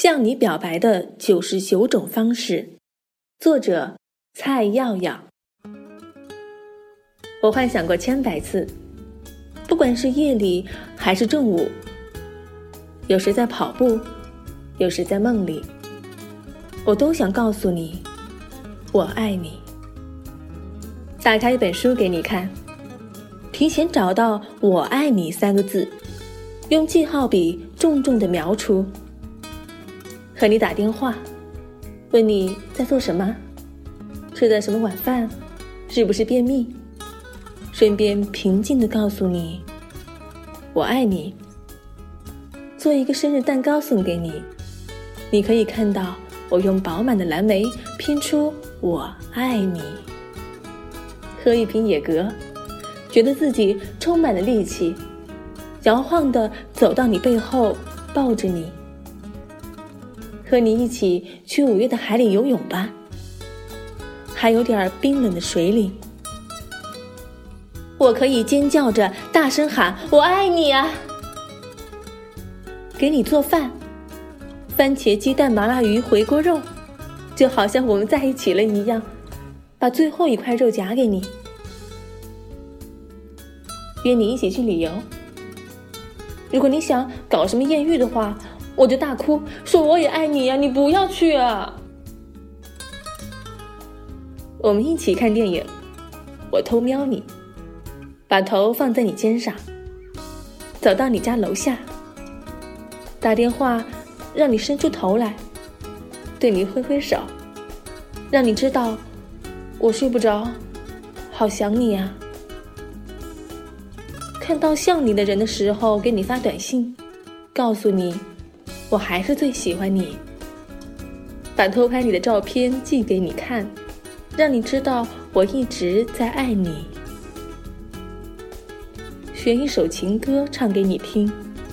向你表白的99种方式，作者蔡耀耀。我幻想过千百次，不管是夜里还是正午，有时在跑步，有时在梦里，我都想告诉你，我爱你。打开一本书给你看，提前找到我爱你3个字，用记号笔重重地描出。和你打电话，问你在做什么，吃的什么晚饭，是不是便秘，顺便平静地告诉你我爱你。做一个生日蛋糕送给你，你可以看到我用饱满的蓝莓拼出我爱你。喝一瓶野格，觉得自己充满了力气，摇晃地走到你背后，抱着你。和你一起去5月的海里游泳吧，还有点冰冷的水里。我可以尖叫着大声喊我爱你啊！给你做饭，番茄鸡蛋麻辣鱼回锅肉，就好像我们在一起了一样，把最后一块肉夹给你。约你一起去旅游，如果你想搞什么艳遇的话，我就大哭说我也爱你啊，你不要去啊。我们一起看电影，我偷瞄你，把头放在你肩上，走到你家楼下，打电话让你伸出头来，对你挥挥手，让你知道我睡不着，好想你啊。看到像你的人的时候给你发短信，告诉你我还是最喜欢你，把偷拍你的照片寄给你看，让你知道我一直在爱你。选一首情歌唱给你听，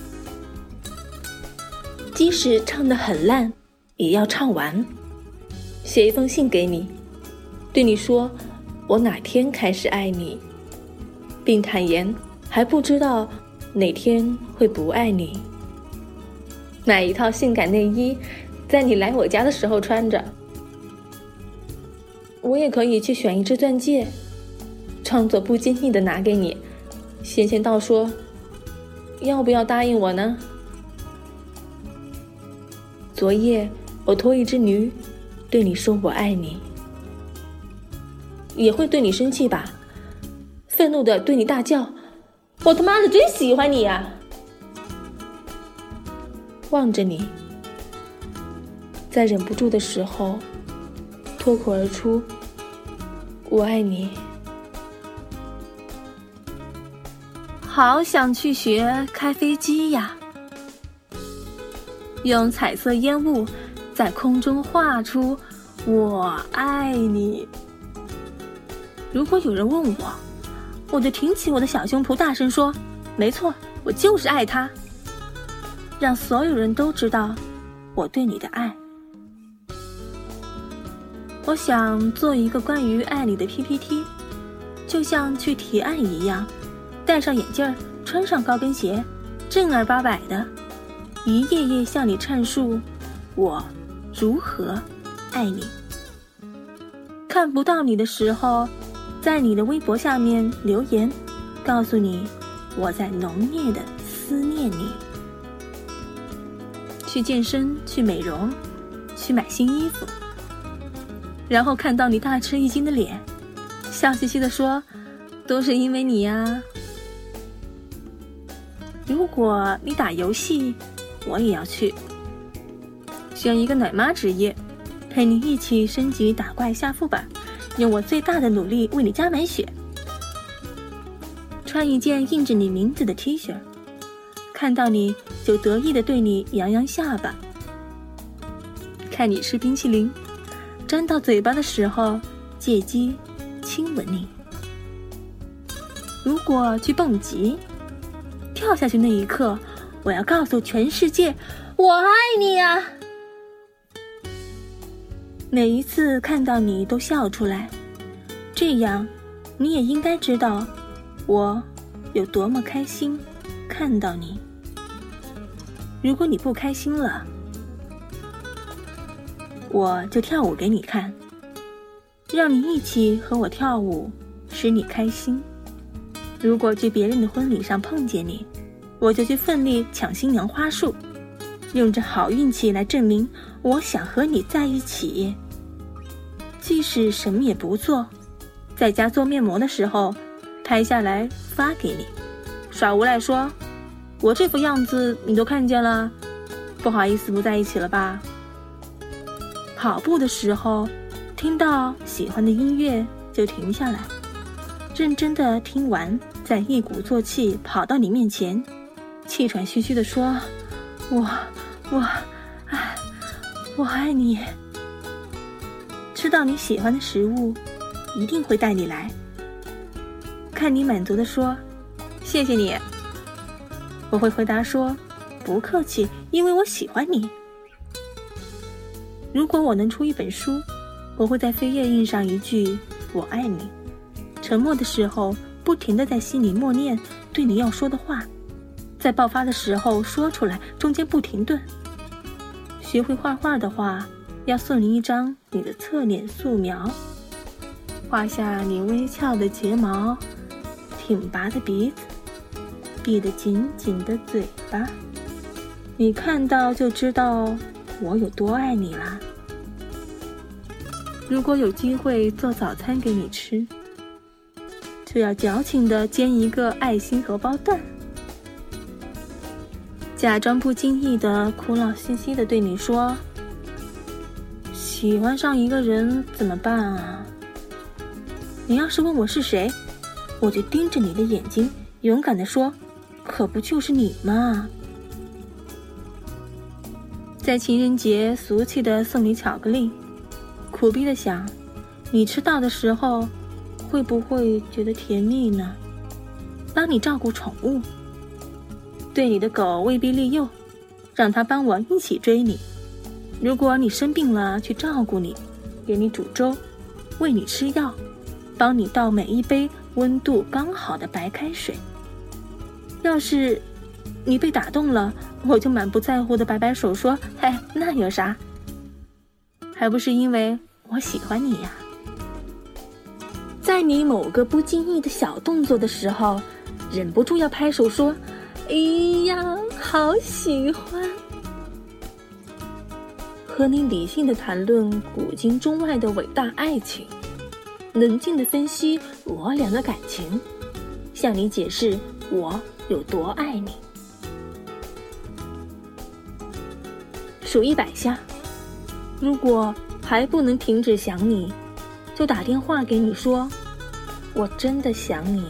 即使唱得很烂也要唱完。写一封信给你，对你说我哪天开始爱你，并坦言还不知道哪天会不爱你。买一套性感内衣，在你来我家的时候穿着。我也可以去选一只钻戒，装作不经意的拿给你，闲闲道说要不要答应我呢？昨夜我拖一只驴，对你说我爱你。也会对你生气吧，愤怒的对你大叫我他妈的真喜欢你啊。望着你，在忍不住的时候脱口而出我爱你。好想去学开飞机呀，用彩色烟雾在空中画出我爱你。如果有人问我就挺起我的小胸脯大声说没错，我就是爱他，让所有人都知道我对你的爱。我想做一个关于爱你的 PPT， 就像去提案一样，戴上眼镜，穿上高跟鞋，正儿八百的一页页向你阐述我如何爱你。看不到你的时候，在你的微博下面留言，告诉你我在浓烈的思念你。去健身，去美容，去买新衣服，然后看到你大吃一惊的脸，笑嘻嘻地说都是因为你呀。如果你打游戏，我也要去，选一个奶妈职业，陪你一起升级打怪下副本，用我最大的努力为你加满血。穿一件印着你名字的 T 恤，看到你就得意地对你扬扬下巴，看你吃冰淇淋，沾到嘴巴的时候借机亲吻你。如果去蹦极，跳下去那一刻，我要告诉全世界我爱你啊。每一次看到你都笑出来，这样你也应该知道我有多么开心看到你。如果你不开心了， 我就跳舞给你看，让你一起和我跳舞，使你开心。如果去别人的婚礼上碰见你，我就去奋力抢新娘花束，用着好运气来证明我想和你在一起。即使什么也不做，在家做面膜的时候拍下来发给你，耍无赖说，我这副样子你都看见了，不好意思不在一起了吧。跑步的时候听到喜欢的音乐就停下来，认真的听完，再一鼓作气跑到你面前，气喘吁吁地说，我爱你。吃到你喜欢的食物一定会带你来，看你满足地说，谢谢你。我会回答说，不客气，因为我喜欢你。如果我能出一本书，我会在扉页印上一句我爱你，沉默的时候不停地在心里默念对你要说的话，在爆发的时候说出来，中间不停顿。学会画画的话，要送你一张你的侧脸素描，画下你微翘的睫毛，挺拔的鼻子，闭得紧紧的嘴巴，你看到就知道我有多爱你啦。如果有机会做早餐给你吃，就要矫情地煎一个爱心荷包蛋，假装不经意地苦恼兮兮地对你说，喜欢上一个人怎么办啊？你要是问我是谁，我就盯着你的眼睛，勇敢地说，可不就是你吗？在情人节俗气地送你巧克力，苦逼地想，你吃到的时候会不会觉得甜蜜呢？帮你照顾宠物，对你的狗威逼利诱，让它帮我一起追你。如果你生病了，去照顾你，给你煮粥，喂你吃药，帮你倒每一杯温度刚好的白开水。要是你被打动了，我就满不在乎的摆摆手说，嘿，那有啥？还不是因为我喜欢你呀。在你某个不经意的小动作的时候，忍不住要拍手说，哎呀，好喜欢。和你理性的谈论古今中外的伟大爱情，冷静地分析我俩的感情，向你解释我有多爱你。数100下，如果还不能停止想你，就打电话给你说，我真的想你。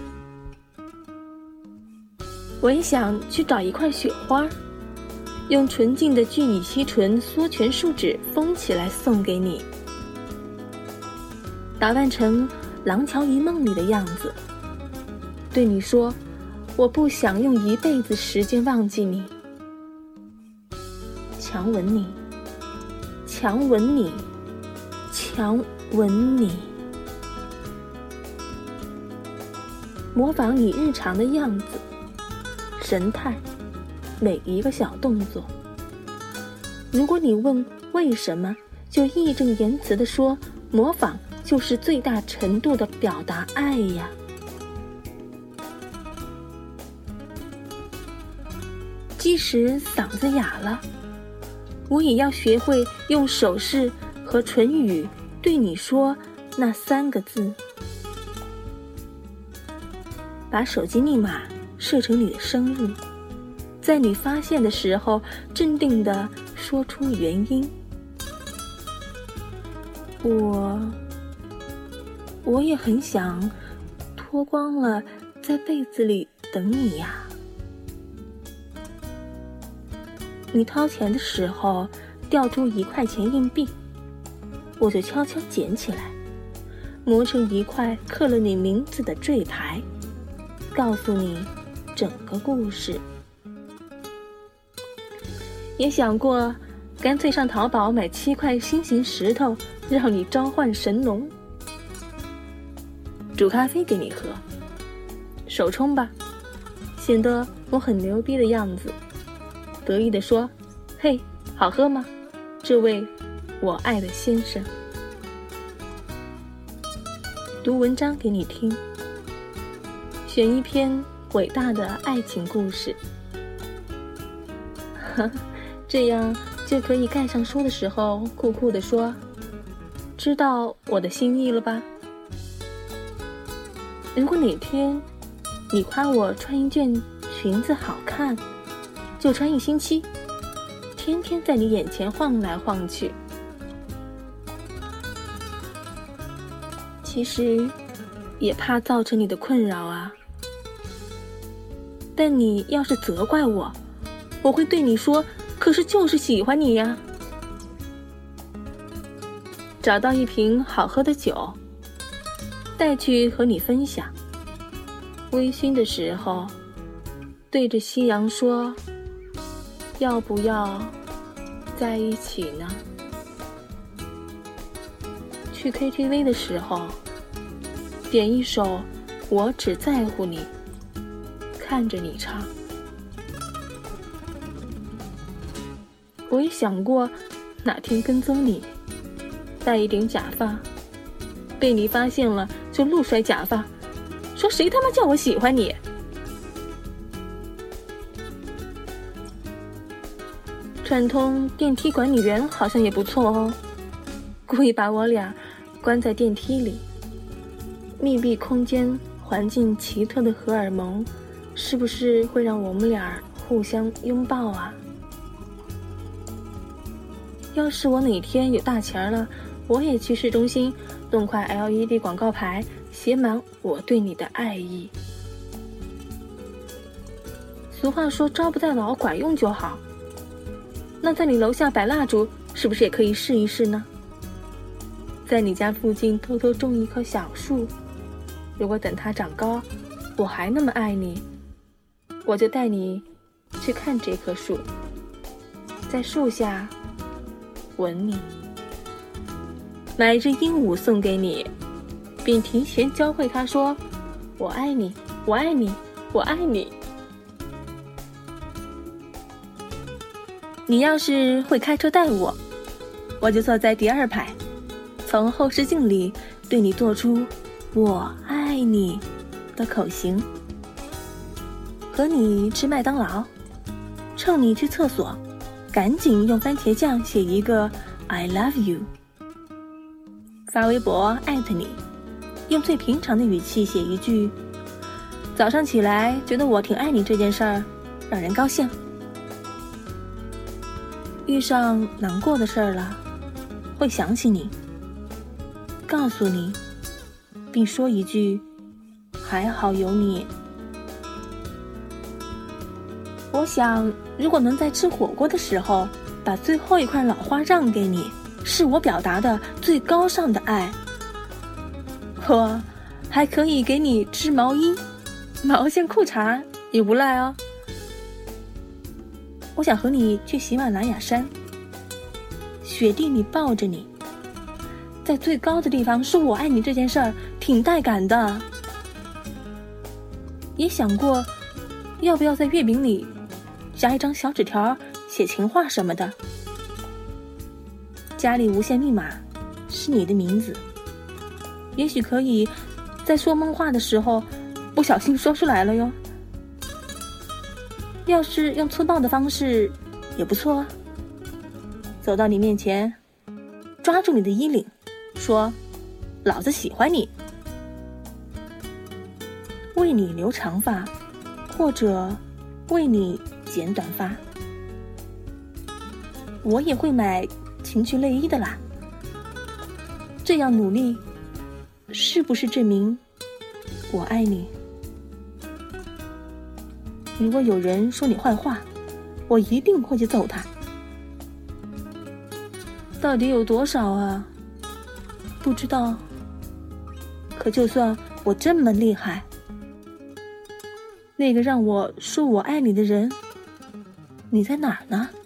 我也想去找一块雪花，用纯净的聚乙烯醇缩醛树脂封起来送给你，打扮成廊桥遗梦里的样子，对你说，我不想用一辈子时间忘记你。强吻你，强吻你，强吻你，模仿你日常的样子、神态，每一个小动作。如果你问为什么，就义正言辞地说，模仿就是最大程度的表达爱呀。即使嗓子哑了，我也要学会用手势和唇语对你说那3个字。把手机密码设成你的生日，在你发现的时候，镇定地说出原因。我也很想脱光了在被子里等你呀。你掏钱的时候掉出1块钱硬币，我就悄悄捡起来，磨成一块刻了你名字的坠牌，告诉你整个故事。也想过干脆上淘宝买7块心形石头，让你召唤神农，煮咖啡给你喝，手冲吧，显得我很牛逼的样子，得意地说，嘿，好喝吗？这位我爱的先生。读文章给你听，选一篇伟大的爱情故事，这样就可以盖上书的时候酷酷地说，知道我的心意了吧？如果哪天你夸我穿一件裙子好看，就穿1星期，天天在你眼前晃来晃去。其实也怕造成你的困扰啊。但你要是责怪我，我会对你说，可是就是喜欢你呀。找到一瓶好喝的酒，带去和你分享。微醺的时候，对着夕阳说，要不要在一起呢？去 KTV 的时候，点一首《我只在乎你》，看着你唱。我也想过哪天跟踪你，戴一顶假发，被你发现了就怒摔假发，说谁他妈叫我喜欢你。串通电梯管理员好像也不错哦，故意把我俩关在电梯里，密闭空间，环境奇特的荷尔蒙，是不是会让我们俩互相拥抱啊？要是我哪天有大钱了，我也去市中心弄块 LED 广告牌，写满我对你的爱意。俗话说招不在老，管用就好。那在你楼下摆蜡烛，是不是也可以试一试呢？在你家附近偷偷种一棵小树，如果等它长高，我还那么爱你，我就带你去看这棵树，在树下吻你，买一只鹦鹉送给你，并提前教会他说，我爱你，我爱你，我爱你。你要是会开车带我，我就坐在第2排，从后视镜里对你做出我爱你的口型，和你吃麦当劳，趁你去厕所赶紧用番茄酱写一个 I love you， 发微博艾特你，用最平常的语气写一句，早上起来觉得我挺爱你这件事儿让人高兴。遇上难过的事儿了，会想起你，告诉你，并说一句还好有你。我想如果能在吃火锅的时候把最后一块老花让给你，是我表达的最高尚的爱。我还可以给你织毛衣，毛线裤衩也不赖哦。我想和你去喜马拉雅山，雪地里抱着你，在最高的地方说我爱你这件事儿挺带感的。也想过要不要在月饼里加一张小纸条，写情话什么的。家里无线密码是你的名字，也许可以在说梦话的时候不小心说出来了哟。要是用粗暴的方式也不错啊，走到你面前，抓住你的衣领，说老子喜欢你，为你留长发，或者为你剪短发。我也会买情趣内衣的啦。这样努力，是不是证明我爱你？如果有人说你坏话，我一定会去揍他。到底有多少啊？不知道。可就算我这么厉害，那个让我说我爱你的人，你在哪儿呢？